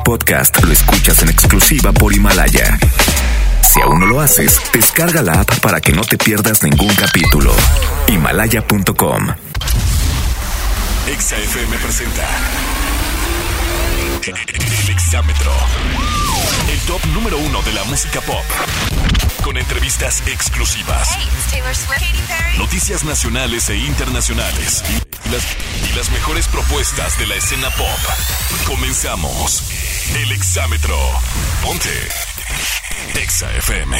podcast lo escuchas en exclusiva por Himalaya. Si aún no lo haces, descarga la app para que no te pierdas ningún capítulo. Himalaya.com. Exa FM presenta El Exámetro, el top número 1 de la música pop, con entrevistas exclusivas, noticias nacionales e internacionales y las mejores propuestas de la escena pop. Comenzamos El Exámetro. Ponte Exa FM.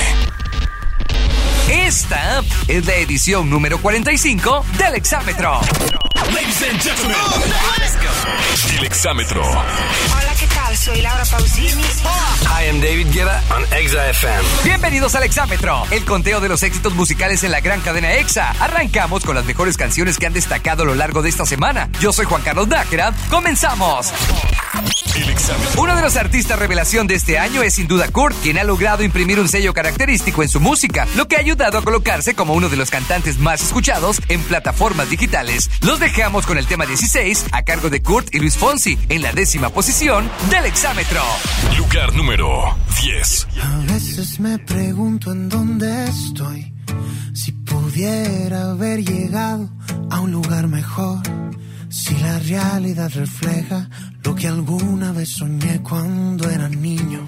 Esta es la edición número 45 del Exámetro. Ladies and gentlemen, El Exámetro. Hola, ¿qué tal? Soy Laura Pausini. I am David Guetta on Exa FM. Bienvenidos al Exámetro, el conteo de los éxitos musicales en la gran cadena Exa. Arrancamos con las mejores canciones que han destacado a lo largo de esta semana. Yo soy Juan Carlos Nájera. ¡Comenzamos! El Exámetro. Uno de los artistas revelación de este año es sin duda Kurt, quien ha logrado imprimir un sello característico en su música, lo que ha ayudado a colocarse como uno de los cantantes más escuchados en plataformas digitales. Los dejamos con el tema 16, a cargo de Kurt y Luis Fonsi, en la 10ª posición del Exámetro. Lugar número 10. A veces me pregunto en dónde estoy, si pudiera haber llegado a un lugar mejor, si la realidad refleja lo que alguna vez soñé cuando era niño.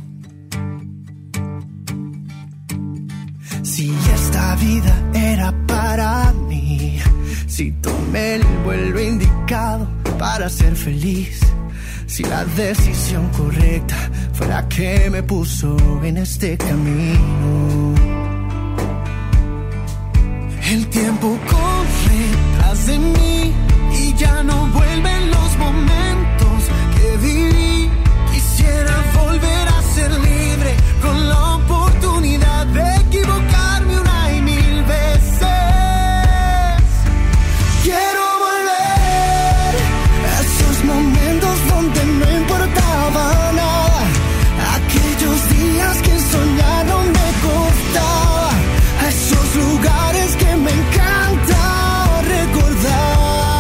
Si esta vida era para mí, si tomé el vuelo indicado para ser feliz, si la decisión correcta fue la que me puso en este camino. El tiempo corre tras de mí y ya no vuelven los momentos que viví. Quisiera volver a ser libre con la oportunidad de equivocarme una y mil veces. Quiero volver a esos momentos donde no importaba nada, aquellos días que soñar no me costaba, a esos lugares que me encanta recordar.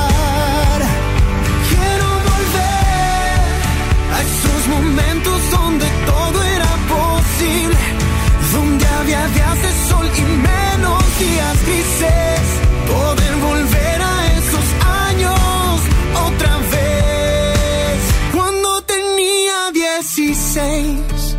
Momentos donde todo era posible, donde había días de sol y menos días grises. Poder volver a esos años otra vez, cuando tenía 16.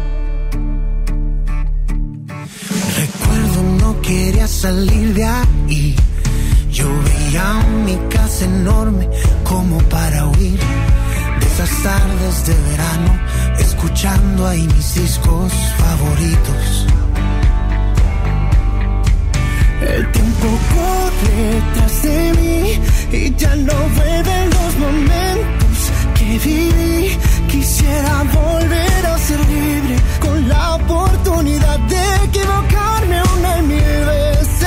Recuerdo no quería salir de ahí, yo veía mi casa enorme como para huir de esas tardes de verano, escuchando ahí mis discos favoritos. El tiempo corre tras de mí y ya no vuelven los momentos que viví. Quisiera volver a ser libre con la oportunidad de equivocarme una y mil veces.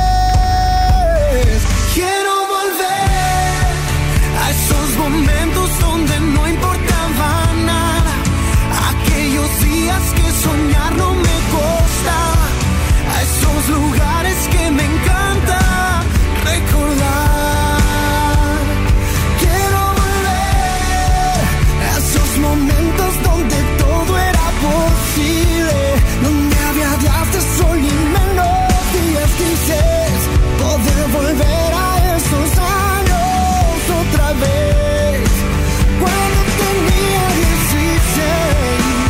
Quiero volver a esos momentos donde no importaba nada, aquellos días que soñar no me costaba, a esos lugares que me encanta recordar. Quiero volver a esos momentos donde todo era posible, donde había días de sol y menos días grises. Poder volver a esos años otra vez, cuando tenía 16.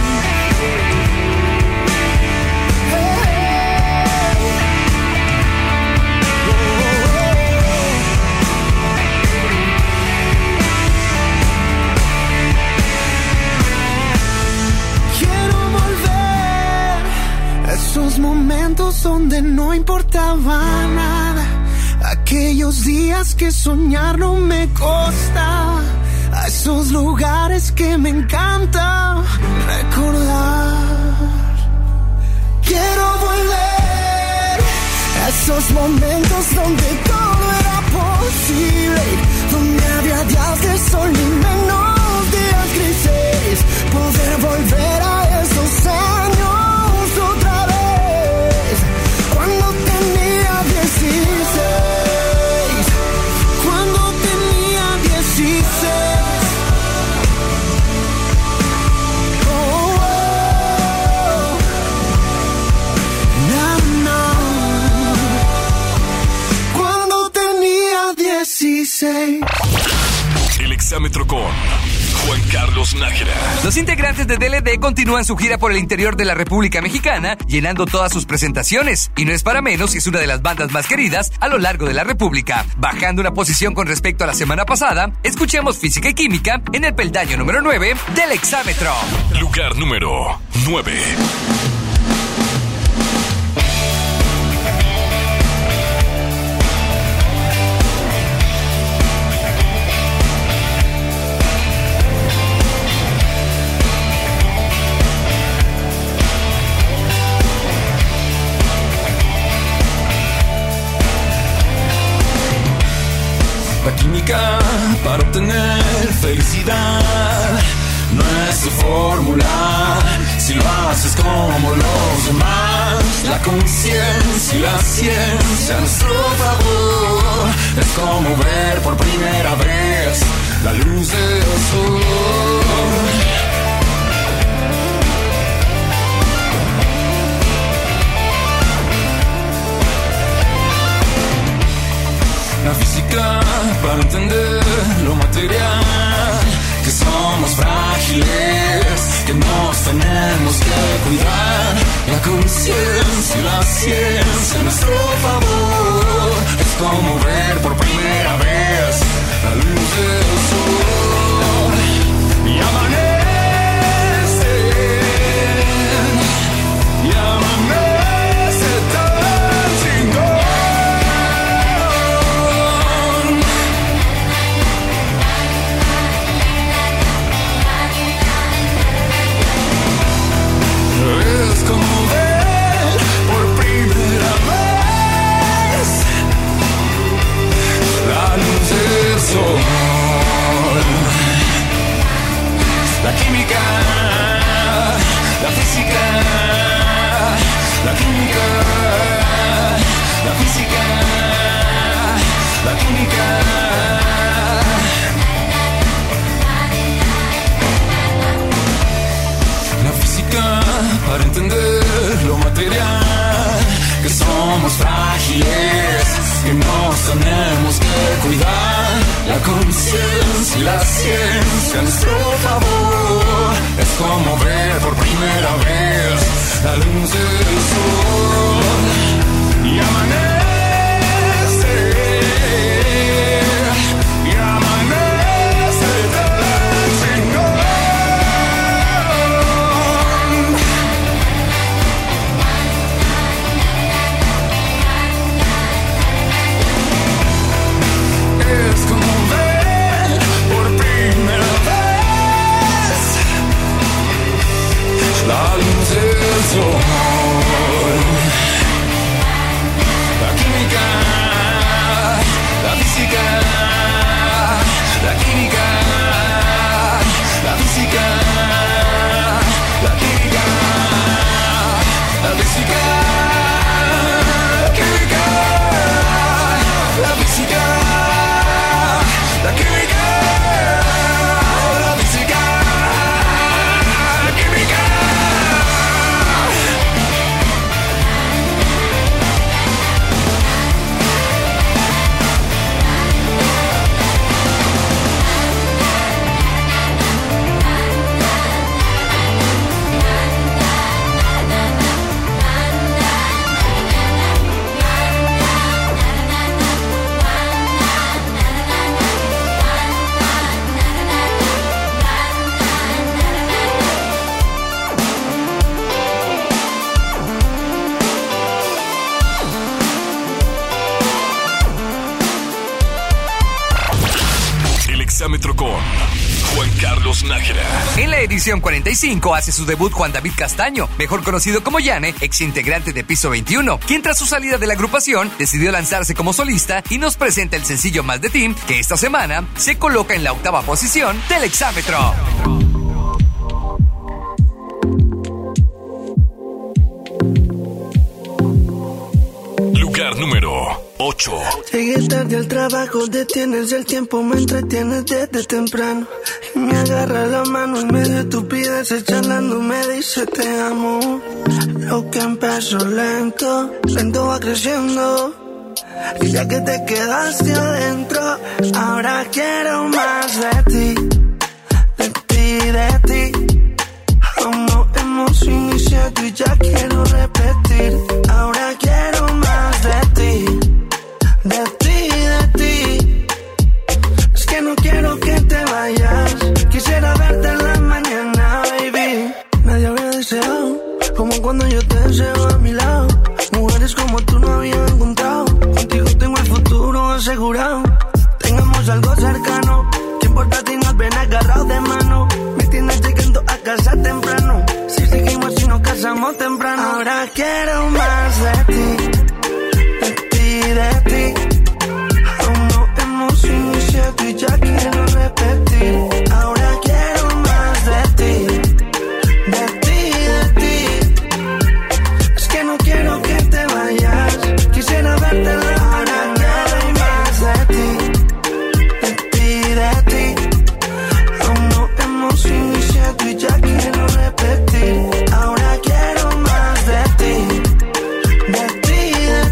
Quiero volver a esos momentos donde no importaba nada, aquellos días que soñar no me costaba, a esos lugares que me encanta recordar. Quiero volver a esos momentos donde todo era posible, donde había días de sol y menos días grises. Poder volver a esos años otra vez, cuando tenía 16. Cuando tenía 16. 16. El exámetro con Juan Carlos Nájera. Los integrantes de DLD continúan su gira por el interior de la República Mexicana, llenando todas sus presentaciones. Y no es para menos y es una de las bandas más queridas a lo largo de la República. Bajando una posición con respecto a la semana pasada, escuchemos Física y Química en el peldaño número 9 del exámetro. Lugar número 9. La química para obtener felicidad no es tu fórmula si lo haces como los demás. La conciencia y la ciencia a nuestro favor es como ver por primera vez la luz del sol. La física para entender lo material, que somos frágiles, que nos tenemos que cuidar. La conciencia y la ciencia a nuestro favor es como ver por primera vez la luz del sol. Y amanece, y amanece tan chingón. Es como ver por primera vez la luz del sol. La química, la física, la química, la física, la química. La física para entender lo material, que somos frágiles, que nos tenemos que cuidar. La conciencia y la ciencia a nuestro favor es como ver por primera vez la luz del sol. Y amanece, y amanece tan chingón. Es como ver por primera vez la luz del sol. La química, la física, la química, la física, la química, la física, la química, la física. La química, la física, la química. Exámetro con Juan Carlos Nájera. En la edición 45 hace su debut Juan David Castaño, mejor conocido como Yane, ex integrante de Piso 21, quien tras su salida de la agrupación decidió lanzarse como solista y nos presenta el sencillo Más de Ti, que esta semana se coloca en la 8ª posición del exámetro. Lugar número 8. Llegué tarde al trabajo, detienes el tiempo, me entretienes desde temprano. Y me agarra la mano en medio de estupideces, charlando me dice te amo. Lo que empezó lento, lento va creciendo. Y ya que te quedaste adentro, ahora quiero más de ti. De ti, de ti. Aún no hemos iniciado y ya quiero repetir. Ahora quiero más de ti. De ti, de ti. Es que no quiero que te vayas. Quisiera verte en la mañana, baby. Nadie había deseado como cuando yo te deseo a mi lado. Mujeres como tú no había encontrado. Contigo tengo el futuro asegurado. Tengamos algo cercano. ¿Qué importa si nos ven agarrados de mano? Me tienes llegando a casa temprano. Si seguimos y nos casamos temprano. Ahora quiero más de ti. De ti, de ti. Aún no hemos iniciado y ya quiero repetir. Ahora quiero más de ti. De ti, de ti. Es que no quiero que te vayas. Quisiera verte en la mañana y más de ti. De ti, de ti. Aún no hemos iniciado y ya quiero repetir. Ahora quiero más de ti. De ti, de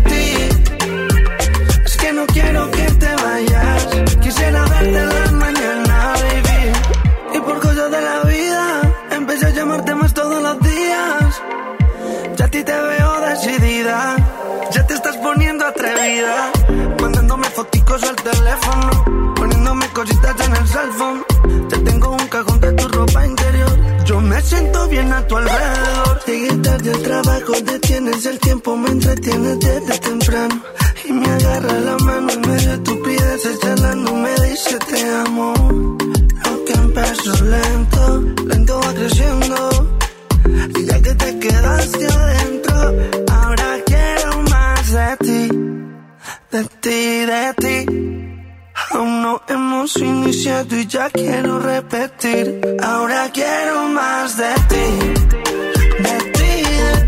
ti. Es que no quiero que te vayas. Quisiera verte en la mañana, baby. Y por cosas de la vida empecé a llamarte más todos los días. Ya a ti te veo decidida. Ya te estás poniendo atrevida. Mandándome foticos al teléfono. Poniéndome cositas en el cell phone. Te tengo un cajón de tu ropa interior. Yo me siento bien a tu alrededor. Llegué tarde al trabajo, detienes el tiempo, me entretienes desde temprano. Y me agarra la mano en medio de estupideces, charlando me dice te amo. Lo que empezó lento, lento va creciendo. Y ya que te quedaste adentro, ahora quiero más de ti. De ti, de ti. Aún no hemos iniciado y ya quiero repetir. Ahora quiero más de ti. De ti, de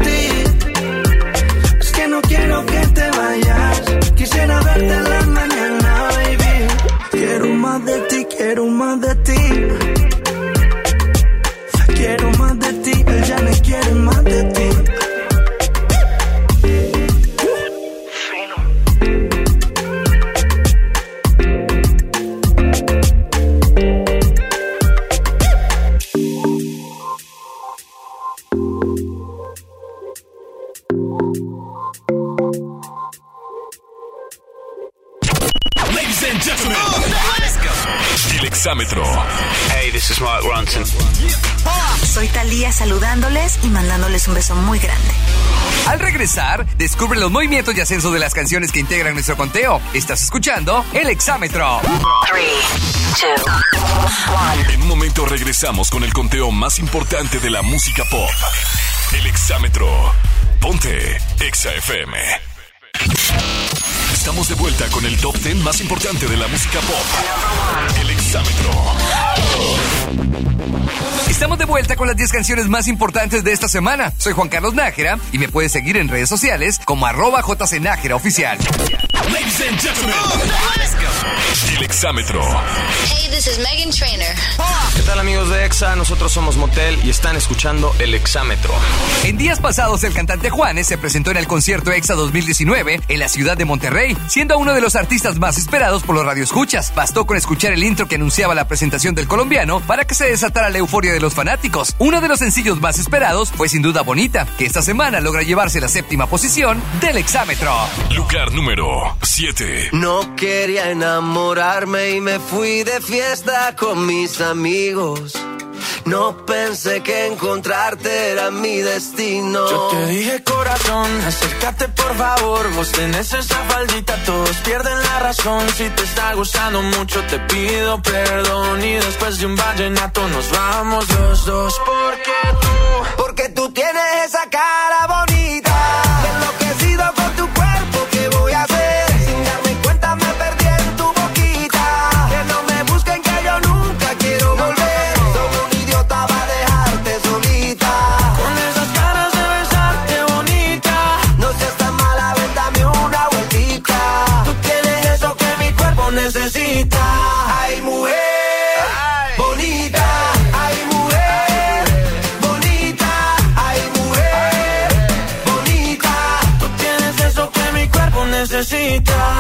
ti. Es que no quiero que te vayas. Quisiera verte en la mañana, baby. Quiero más de ti, quiero más de ti. Quiero más de ti, él ya no quiere más de ti. Ladies and gentlemen, el exámetro. Hey, this is Mark Ronson. Soy Thalía saludándoles y mandándoles un beso muy grande. Al regresar, descubre los movimientos y ascenso de las canciones que integran nuestro conteo. Estás escuchando El Exámetro. 3, 2, 1. En un momento regresamos con el conteo más importante de la música pop. El Exámetro. Ponte Exa FM. Estamos de vuelta con el top 10 más importante de la música pop. El Exámetro. Estamos de vuelta con las 10 canciones más importantes de esta semana. Soy Juan Carlos Nájera y me puedes seguir en redes sociales como @JCNájera oficial. Ladies and gentlemen, el Exámetro. Hey, this is Meghan Trainor. ¿Qué tal, amigos de Exa? Nosotros somos Motel y están escuchando El Exámetro. En días pasados, el cantante Juanes se presentó en el concierto Exa 2019 en la ciudad de Monterrey, siendo uno de los artistas más esperados por los radioescuchas. Bastó con escuchar el intro que anunciaba la presentación del colombiano para que se desatara la euforia de los fanáticos. Uno de los sencillos más esperados fue sin duda Bonita, que esta semana logra llevarse la 7ª posición del Exámetro. Lugar número 7. No quería enamorarme y me fui de fiesta con mis amigos. No pensé que encontrarte era mi destino. Yo te dije, corazón, acércate por favor. Vos tenés esa faldita, todos pierden la razón. Si te está gustando mucho te pido perdón. Y después de un vallenato nos vamos los dos. Porque tú tienes esa cara bonita. Enloquecido con tu cuerpo, ¿qué voy a hacer? Sin darme cuenta me perdí en tu boquita. Que no me busquen que yo nunca quiero volver. Soy un idiota para dejarte solita. Con esas ganas de besarte bonita. No seas tan mala, ven, dame una vueltita. Tú tienes eso que mi cuerpo necesita. Ay, mujer bonita. Ay, mujer bonita. Ay, mujer bonita. Tú tienes eso que mi cuerpo necesita.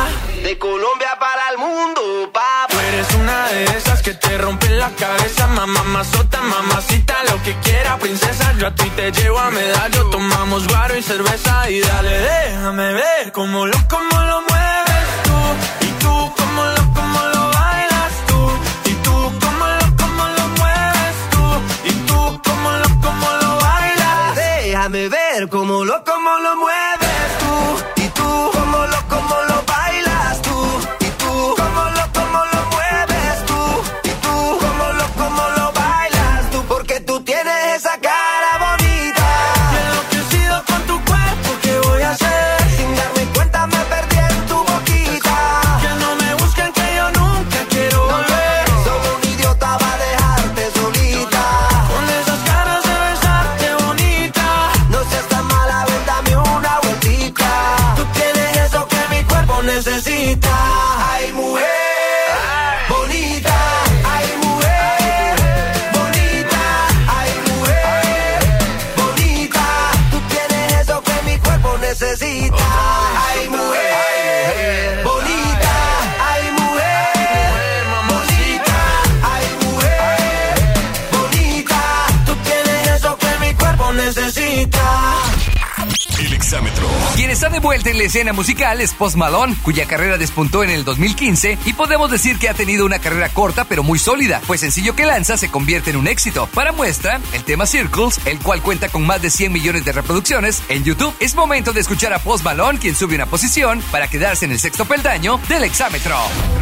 De Colombia para el mundo, papá. Tú eres una de esas que te rompen la cabeza, mamazota, mamacita, lo que quiera, princesa. Yo a ti te llevo a medallo, tomamos guaro y cerveza y dale, déjame ver cómo lo mueves tú. Y tú cómo lo bailas tú. Y tú cómo lo mueves tú. Y tú cómo lo bailas. Déjame ver cómo lo mueves tú. Y tú cómo lo bailas tú. Y tú cómo lo mueves tú. Y tú cómo lo bailas tú. Porque tú tienes esa cara bonita. Y enloquecido con tu cuerpo, ¿qué voy a hacer? Sin darme cuenta me perdí en tu boquita. Que no me busquen, que yo nunca quiero volver. Solo un idiota va a dejarte solita. Con esas ganas de besarte bonita. No seas tan mala, ven, dame una vueltita. Tú tienes eso que mi cuerpo necesita. Ay, mujer bonita. Ay, mujer bonita. Ay, mujer bonita. Tú tienes eso que mi cuerpo necesita. Ay, mujer bonita. Ay, mujer bonita. Ay, mujer bonita. Tú tienes eso que mi cuerpo necesita. El exámetro. Quien está de vuelta en la escena musical es Post Malone, cuya carrera despuntó en el 2015 y podemos decir que ha tenido una carrera corta pero muy sólida, pues sencillo que lanza se convierte en un éxito. Para muestra, el tema Circles, el cual cuenta con más de 100 millones de reproducciones en YouTube. Es momento de escuchar a Post Malone, quien sube una posición para quedarse en el sexto peldaño del exámetro.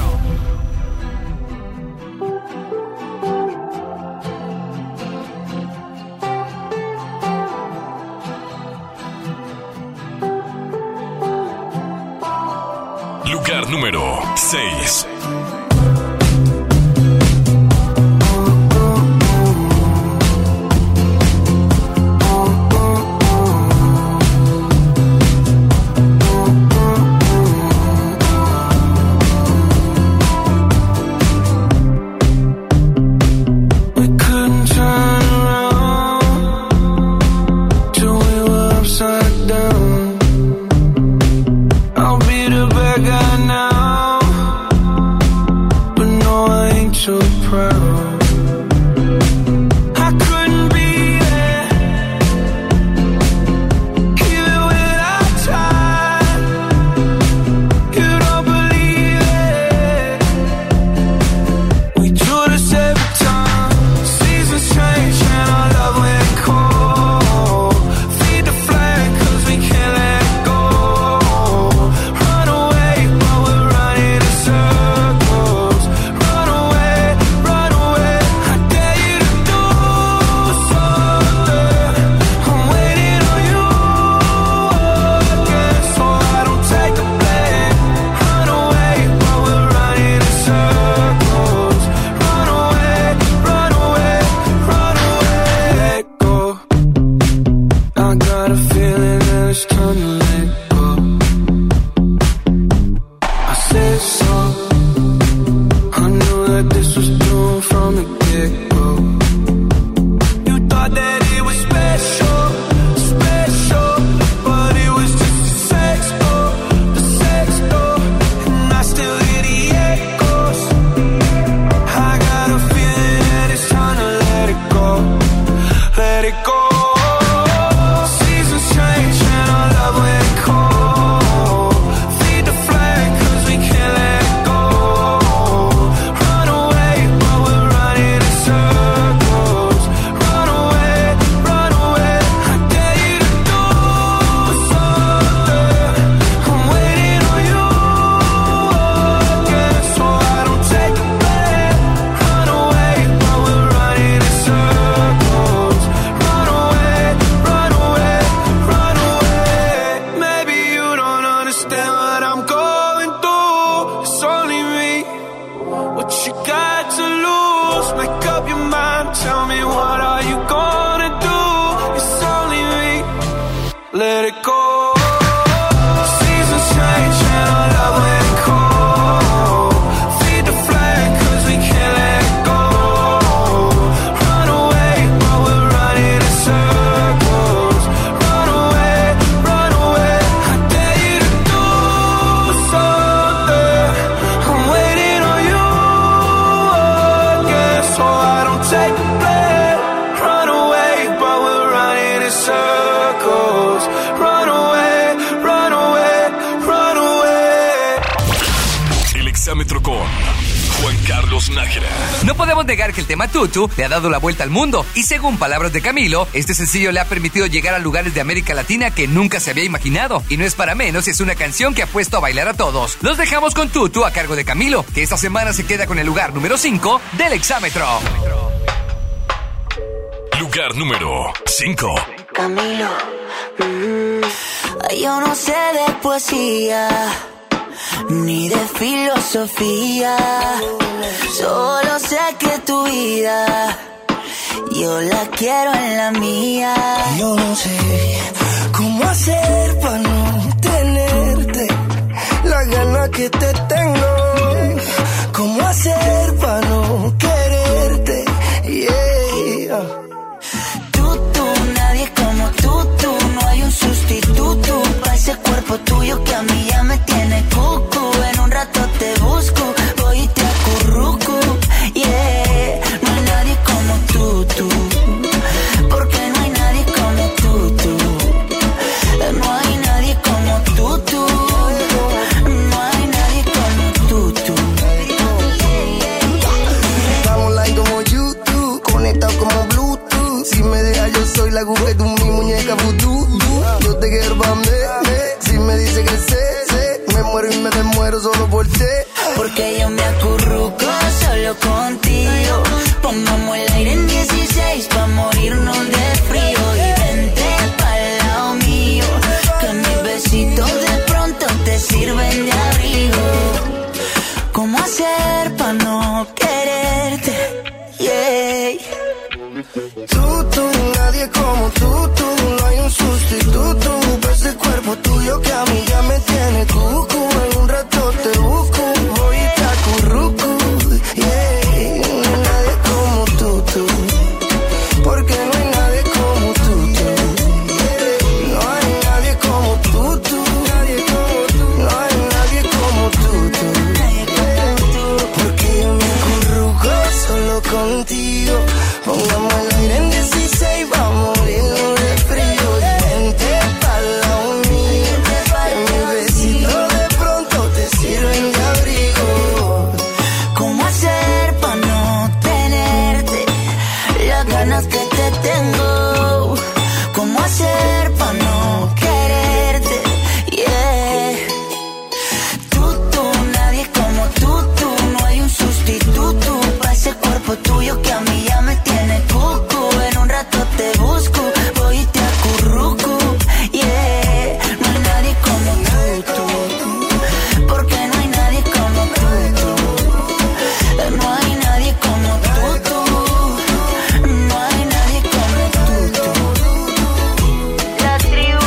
Lugar número 6. Somos Nájera. No podemos negar que el tema Tutu le ha dado la vuelta al mundo y según palabras de Camilo, este sencillo le ha permitido llegar a lugares de América Latina que nunca se había imaginado. Y no es para menos, es una canción que ha puesto a bailar a todos. Los dejamos con Tutu a cargo de Camilo, que esta semana se queda con el lugar número 5 del Exámetro. Lugar número 5. Camilo, yo no sé de poesía ni de filosofía, solo sé que tu vida yo la quiero en la mía. Yo no sé cómo hacer para no tenerte, la gana que te tengo. Cómo hacer para no quererte, yeah. Nadie como tú, no hay un sustituto para ese cuerpo tuyo que a mí ya me tiene cucu. En un rato te busco, voy y te acurruco, yeah. No hay nadie como tú, porque no hay nadie como tú. No hay nadie como tú, no hay nadie como tú. Estamos online como YouTube, conectados como Bluetooth. Si me dejas yo soy la Google, tú mi muñeca vudú. Yo te quiero pa' mí. Si me dice que sé, me muero y me desmuero solo por ti. Porque yo me acurruco solo contigo. Pongamos el aire en 16 pa' morirnos de frío. Y vente pa'l lado mío, que mis besitos de pronto te sirven de abrigo. ¿Cómo hacer pa' no quererte? Yeah. Tú, nadie como tú, no hay un sustituto para ese cuerpo tuyo que a mí ya me tiene cucu. En un rato te busco, voy y te acurruco, yeah. No hay nadie como tú, porque no hay nadie como tú, yeah. No hay nadie como tú, no hay nadie como tú, porque yo me acurruco solo contigo. Pongamos el aire en 16, vamos a morirnos de frío. Vente pa'l lado mío, que mis besitos de pronto te sirven de abrigo. ¿Cómo hacer pa' no tenerte las ganas que te tengo? ¿Cómo hacer pa' no quererte? Yeah. Tú, nadie como tú, no hay un sustituto para ese cuerpo tuyo que a mí ya me tiene cucu. En un rato te busco, voy y te acurruco, yeah. No hay nadie como tú, porque no hay nadie como tú. No hay nadie como tú, no hay nadie como tú. La tribu.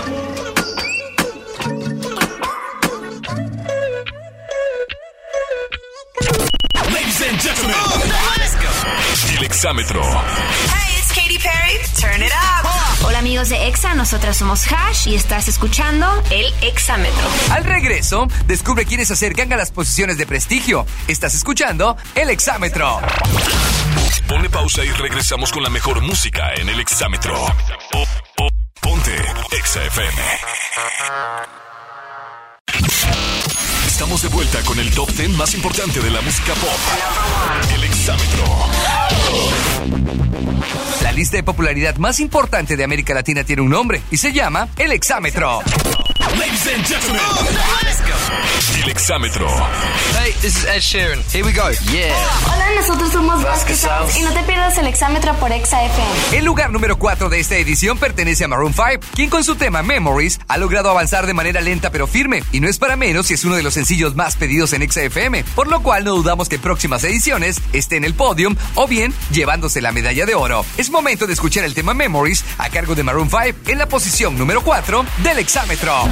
Ladies and gentlemen, el Exámetro. Hey, it's Katy Perry. Turn it up. Hola amigos de Exa, nosotras somos Hash y estás escuchando El Exámetro. Al regreso, descubre quiénes se acercan a las posiciones de prestigio. Estás escuchando El Exámetro. Ponle pausa y regresamos con la mejor música en el Exámetro. Ponte Exa FM. Estamos de vuelta con el Top 10 más importante de la música pop. El Exámetro. La lista de popularidad más importante de América Latina tiene un nombre y se llama El Exámetro. Ladies and gentlemen, let's go. El Exámetro. Hey, this is Ed Sheeran. Here we go. Yeah. Hola, nosotros somos Vasquez Sounds y no te pierdas El Exámetro por Exa FM. El lugar número 4 de esta edición pertenece a Maroon 5, quien con su tema Memories ha logrado avanzar de manera lenta pero firme, y no es para menos si es uno de los sencillos más pedidos en Exa FM, por lo cual no dudamos que en próximas ediciones esté en el podium o bien llevándose la medalla de oro. Es momento de escuchar el tema Memories a cargo de Maroon 5 en la posición número 4 del Exámetro.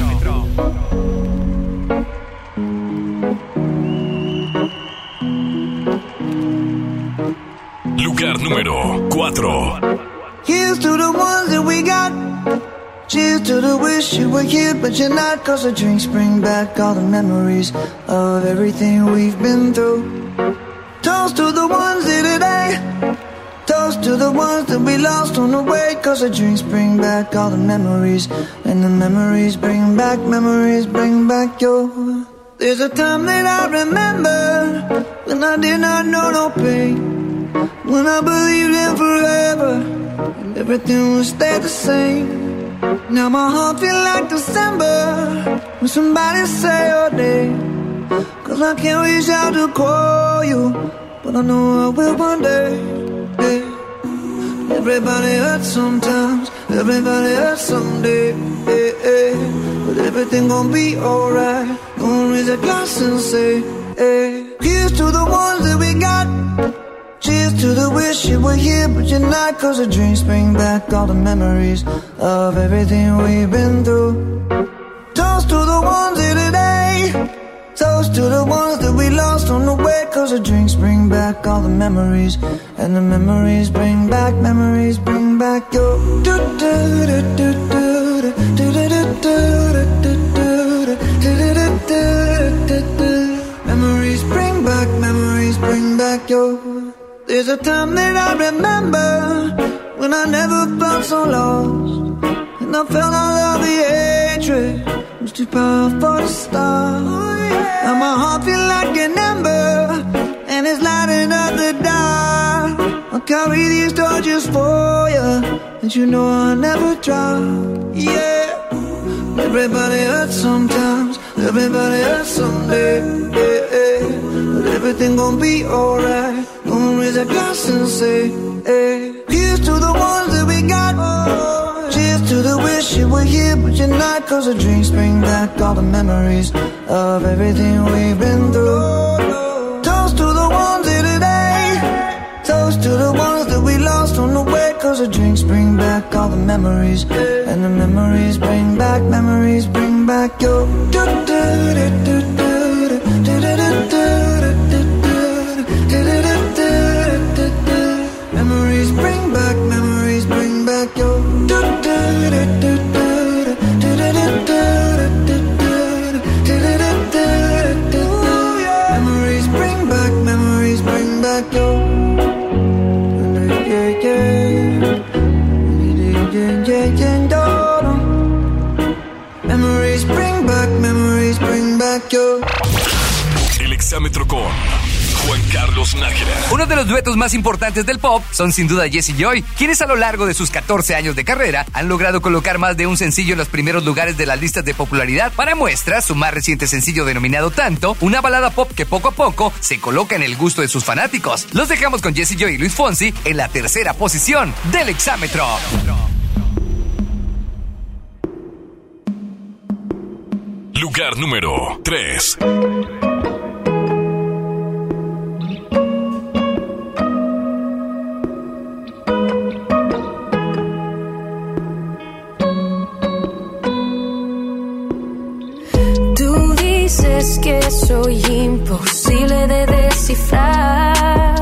Lugar número 4. Here's to the ones that we got. Cheers to the wish you were here but you're not. Cause the drinks bring back all the memories of everything we've been through. Toast to the ones here today. Toast to the ones that we lost on the way. Cause the drinks bring back all the memories. And the memories bring back your There's a time that I remember when I did not know no pain, when I believed in forever and everything would stay the same. Now my heart feel like December when somebody say your name, 'cause I can't reach out to call you, but I know I will one day. Yeah. Everybody hurts sometimes, everybody hurts someday. Yeah, yeah. But everything gon' be alright. Gonna raise a glass and say, hey. Here's to the ones that we got. Cheers to the wish you were here but you're not, 'cause the dreams bring back all the memories of everything we've been through. Toast to the ones here today. Toast to the ones that we lost on the way, 'cause the drinks bring back all the memories, and the memories bring back your memories bring back, memories bring back your. There's a time that I remember when I never felt so lost, and I felt all of the hatred was too powerful to stop. Now my heart feel like an ember, and it's lighting up the dark. I'll carry these torches for you, and you know I'll never drop. Yeah. Everybody hurts sometimes, everybody hurts someday. Yeah, yeah. But everything gon' be alright. Gonna raise a glass and say, hey. Here's to the ones that we got. Cheers to the wish you were here but you're not, 'cause the drinks bring back all the memories of everything we've been through. Toast to the ones here today. Toast to the ones that we lost on the way, 'cause the drinks bring back all the memories, and the memories bring back your. Memories bring back, memories bring back your. Memories bring back your. Memories bring back your. El Exámetro con Juan Carlos Nájera. Uno de los duetos más importantes del pop son sin duda Jesse y Joy, quienes a lo largo de sus 14 años de carrera han logrado colocar más de un sencillo en los primeros lugares de las listas de popularidad. Para muestra, su más reciente sencillo denominado Tanto, una balada pop que poco a poco se coloca en el gusto de sus fanáticos. Los dejamos con Jesse Joy y Luis Fonsi en la tercera posición del Exámetro. Lugar número 3. Tú dices que soy imposible de descifrar,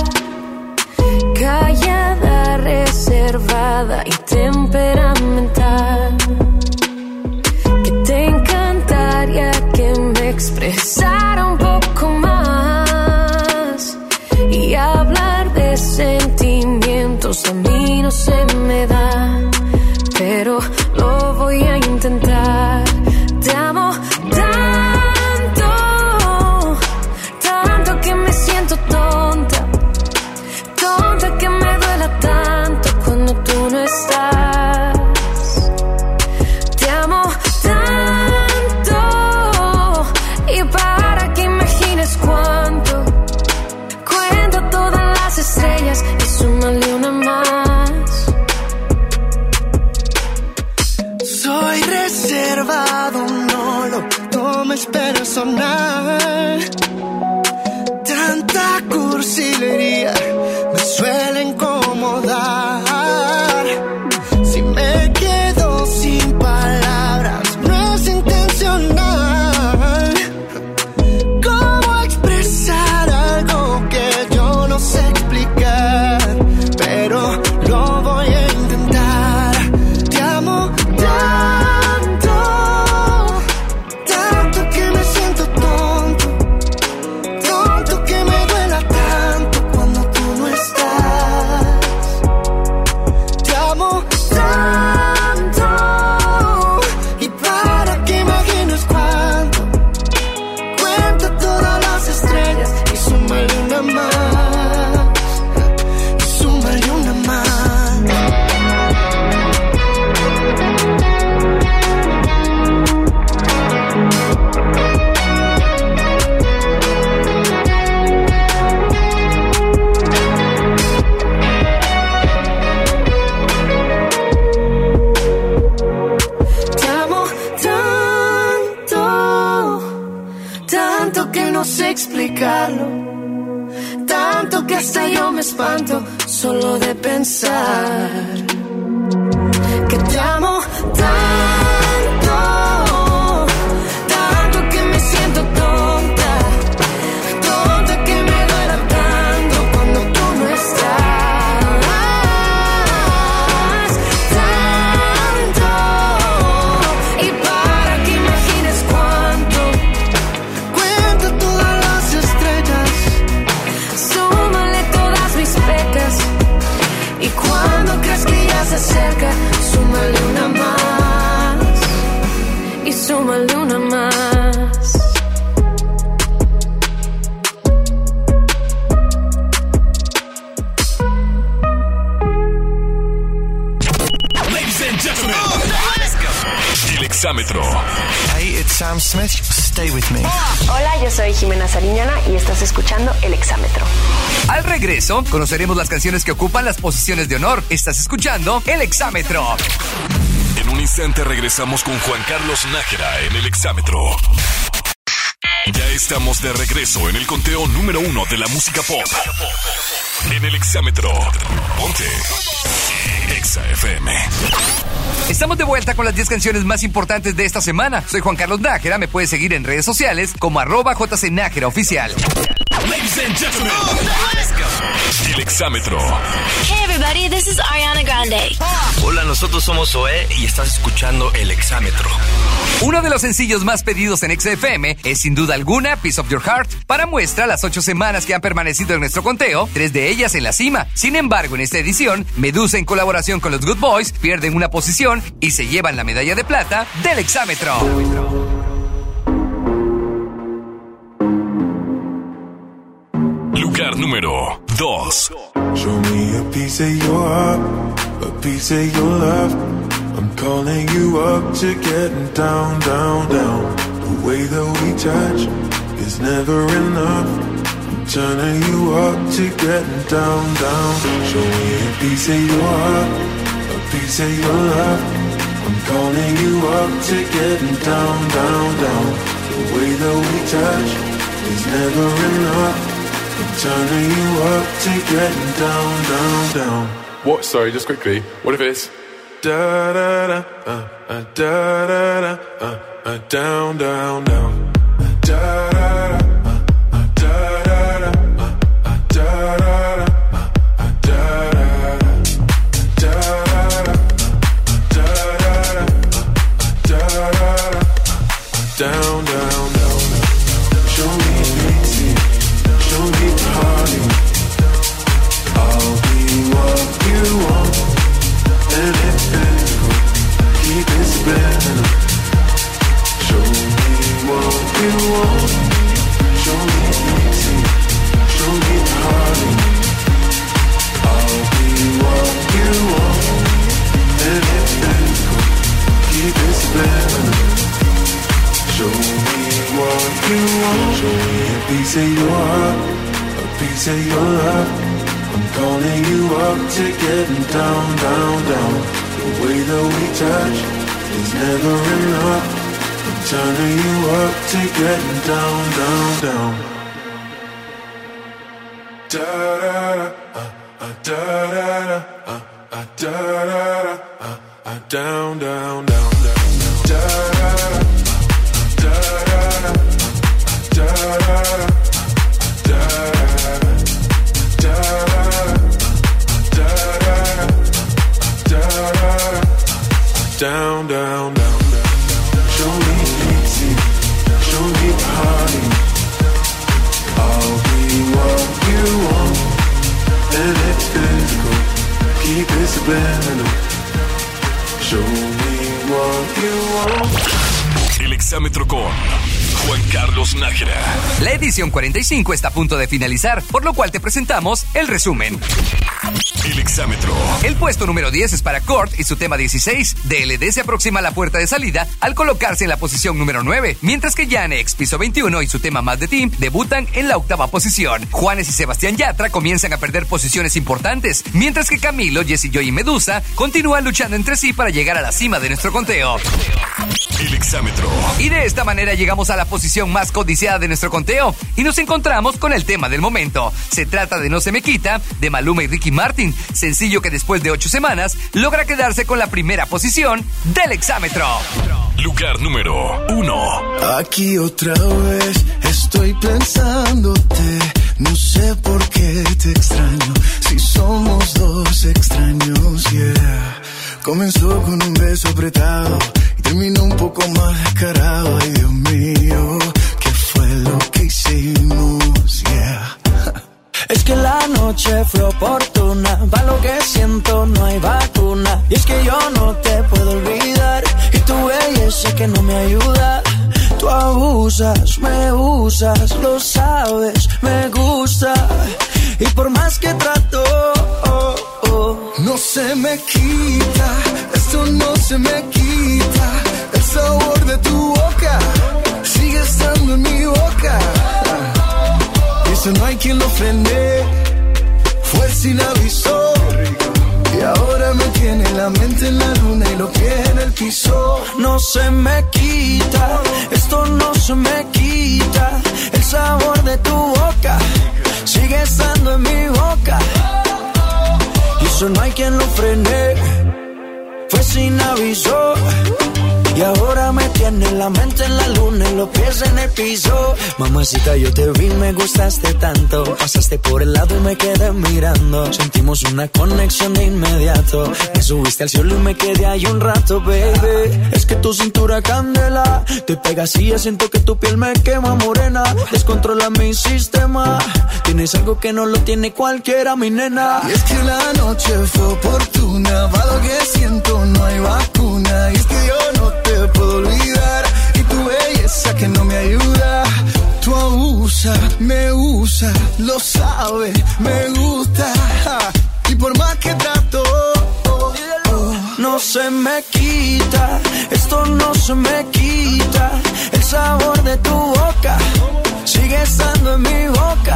callada, reservada y temperamental, que te encantaría que me expresara un poco más, y hablar de sentimientos a mí no se me da, pero lo voy a intentar. Te amo tanto, tanto que me siento tonta, tonta que me duela tanto cuando tú no estás. Te amo tanto, y para que imagines cuánto, cuenta todas las estrellas y súmale una más. Soy reservado, no lo tomes personal. Tanta cursilería me suele incomodar. Si me quedo sin palabras, no es intencional. ¿Cómo expresar algo que yo no sé explicar? Pero lo voy a intentar. Te amo tanto, tanto que me siento tonto, tonto que me duela tanto cuando tú espanto solo de pensar que te amo tanto, tanto que me siento tonta, tonta que me duela tanto cuando tú no estás, tanto, y para que imagines cuánto, cuenta todas las estrellas, súmale todas mis pecas, y cuando crees que ya se acerca, súmale una más, y súmale una más. Ladies and gentlemen, let's go. El exámetro. Hey, it's Sam Smith. Stay with me. Hola, yo soy Jimena Sariñana y estás escuchando El Exámetro. Al regreso, conoceremos las canciones que ocupan las posiciones de honor. Estás escuchando El Exámetro. En un instante regresamos con Juan Carlos Nájera en El Exámetro. Ya estamos de regreso en el conteo número 1 de la música pop. En El Exámetro. Ponte Exa FM. Estamos de vuelta con las 10 canciones más importantes de esta semana. Soy Juan Carlos Nájera. Me puedes seguir en redes sociales como @JCNájera oficial. Ladies and gentlemen, let's go. El Exámetro. Hey everybody, this is Ariana Grande. Hola, nosotros somos Zoé y estás escuchando El Exámetro. Uno de los sencillos más pedidos en XFM es sin duda alguna Piece of Your Heart. Para muestra, las 8 semanas que han permanecido en nuestro conteo, 3 de ellas en la cima. Sin embargo, en esta edición, Medusa en colaboración con los Good Boys pierden una posición y se llevan la medalla de plata del Exámetro. Lugar número 2. Show me a piece of your heart, a piece of your love. I'm calling you up to getting down, down, down. The way that we touch is never enough. I'm turning you up to getting down, down. Show me a piece of your heart, a piece of your love. I'm calling you up to getting down, down, down. The way that we touch is never enough. I'm turning you up to getting down, down, down. What? Sorry, just quickly. What if it's da da da da da da down, down, down. Da da da down, down, down. Show me pity, show me party. I'll be what you want, and it's physical. Keep it spinning. Show me what you want. Show me pity, show me party. I'll be what you want, and it's physical. Keep it spinning. Show me what you want. Show me a piece of your heart, a piece of your love. I'm calling you up to getting down, down, down. The way that we touch is never enough. I'm turning you up to getting down, down, down. Da da da da da da da down, down, down, down. Da da da. Down, down, down, down. Show me pity, show me party. I'll be what you want, and it's physical. Keep it spinning. Show me what you want. El Exámetro con Juan Carlos Nájera. La edición 45 está a punto de finalizar, por lo cual te presentamos el resumen. El Exámetro. El puesto número 10 es para Kurt y su tema 16. DLD se aproxima a la puerta de salida al colocarse en la posición número 9, mientras que Janex, piso 21 y su tema Más de Team debutan en la 8ª posición. Juanes y Sebastián Yatra comienzan a perder posiciones importantes, mientras que Camilo, Jessie Joy y Medusa continúan luchando entre sí para llegar a la cima de nuestro conteo. El Exámetro. Y de esta manera llegamos a la posición más codiciada de nuestro conteo y nos encontramos con el tema del momento. Se trata de No se me quita, de Maluma y Ricky Martin, sencillo que después de 8 semanas logra quedarse con la primera posición del Exámetro. Lugar número 1. Aquí otra vez estoy pensándote, no sé por qué te extraño, si somos dos extraños, yeah. Comenzó con un beso apretado y terminó un poco más descarado. Ay, Dios mío, ¿qué fue lo que hicimos? Yeah. Es que la noche fue oportuna, pa' lo que siento no hay vacuna. Y es que yo no te puedo olvidar, y tu belleza que no me ayuda. Tú abusas, me usas, lo sabes, me gusta. Y por más que trato, no se me quita, esto no se me quita. El sabor de tu boca sigue estando en mi boca. Y eso no hay quien lo frene, fue sin aviso. Y ahora me tiene la mente en la luna y los pies en el piso. No se me quita, esto no se me quita. El sabor de tu boca sigue estando en mi boca. Y eso no hay quien lo frene, fue sin aviso. Y ahora me tiene la mente en la luna y los pies en el piso. Mamacita, yo te vi, me gustaste tanto. Pasaste por el lado y me quedé mirando. Sentimos una conexión de inmediato. Me subiste al cielo y me quedé ahí un rato, baby. Es que tu cintura candela, te pegas y ya siento que tu piel me quema morena. Descontrola mi sistema, tienes algo que no lo tiene cualquiera, mi nena. Y es que la noche fue oportuna, para lo que siento no hay vacuna. Y es que yo no te puedo olvidar, y tu belleza que no me ayuda. Tú abusas, me usas, lo sabes, me gusta. Y por más que trato, no se me quita, esto no se me quita. El sabor de tu boca sigue estando en mi boca.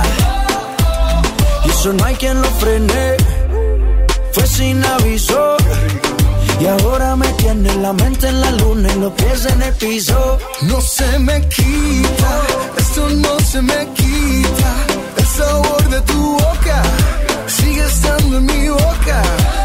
Y eso no hay quien lo frene, fue sin aviso. Y ahora me tiene la mente en la luna y los pies en el piso. No se me quita, esto no se me quita. El sabor de tu boca sigue estando en mi boca.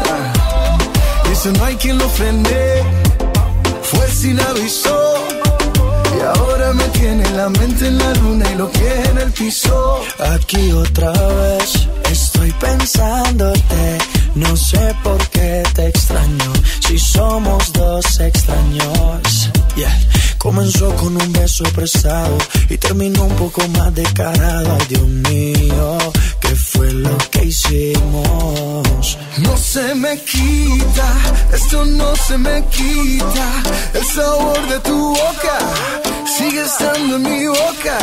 Y eso no hay quien lo frene, fue sin aviso. Y ahora me tiene la mente en la luna y los pies en el piso. Aquí otra vez estoy pensándote, no sé por qué te extraño, si somos dos extraños, yeah. Comenzó con un beso prestado y terminó un poco más descarado. Ay, Dios mío, ¿qué fue lo que hicimos? No se me quita, esto no se me quita. El sabor de tu boca sigue estando en mi boca.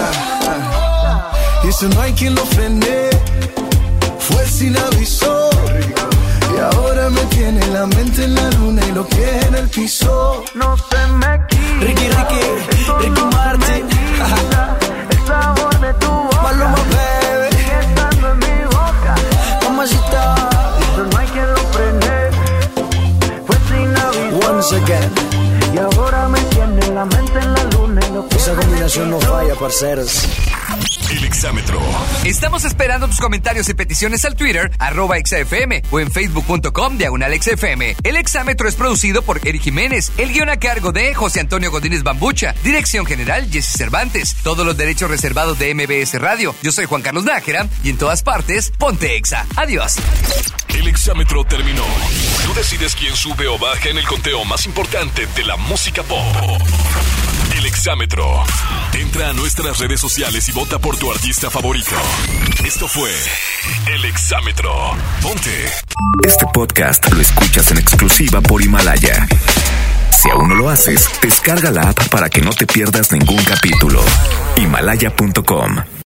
Y eso no hay quien lo frene, fue sin aviso. Y ahora me tiene la mente en la luna y los pies en el piso. No se me quita, Ricky Martin, el sabor de tu boca, Maluma, baby, sigue estando en mi boca. Mamacita, eso no hay quien lo frene, fue sin aviso. Once again. Y ahora me tiene la mente en la luna y los pies. Esa combinación no falla, parceros. El Exámetro. Estamos esperando tus comentarios y peticiones al Twitter, @exafm, o en facebook.com/exafm. El Exámetro es producido por Eric Jiménez. El guión a cargo de José Antonio Godínez Bambucha. Dirección general, Jesse Cervantes. Todos los derechos reservados de MBS Radio. Yo soy Juan Carlos Nájera y en todas partes, ponte Exa. Adiós. El Exámetro terminó. Tú decides quién sube o baja en el conteo más importante de la música pop. El Exámetro. Entra a nuestras redes sociales y vota por tu artista favorito. Esto fue El Exámetro. Ponte. Este podcast lo escuchas en exclusiva por Himalaya. Si aún no lo haces, descarga la app para que no te pierdas ningún capítulo. Himalaya.com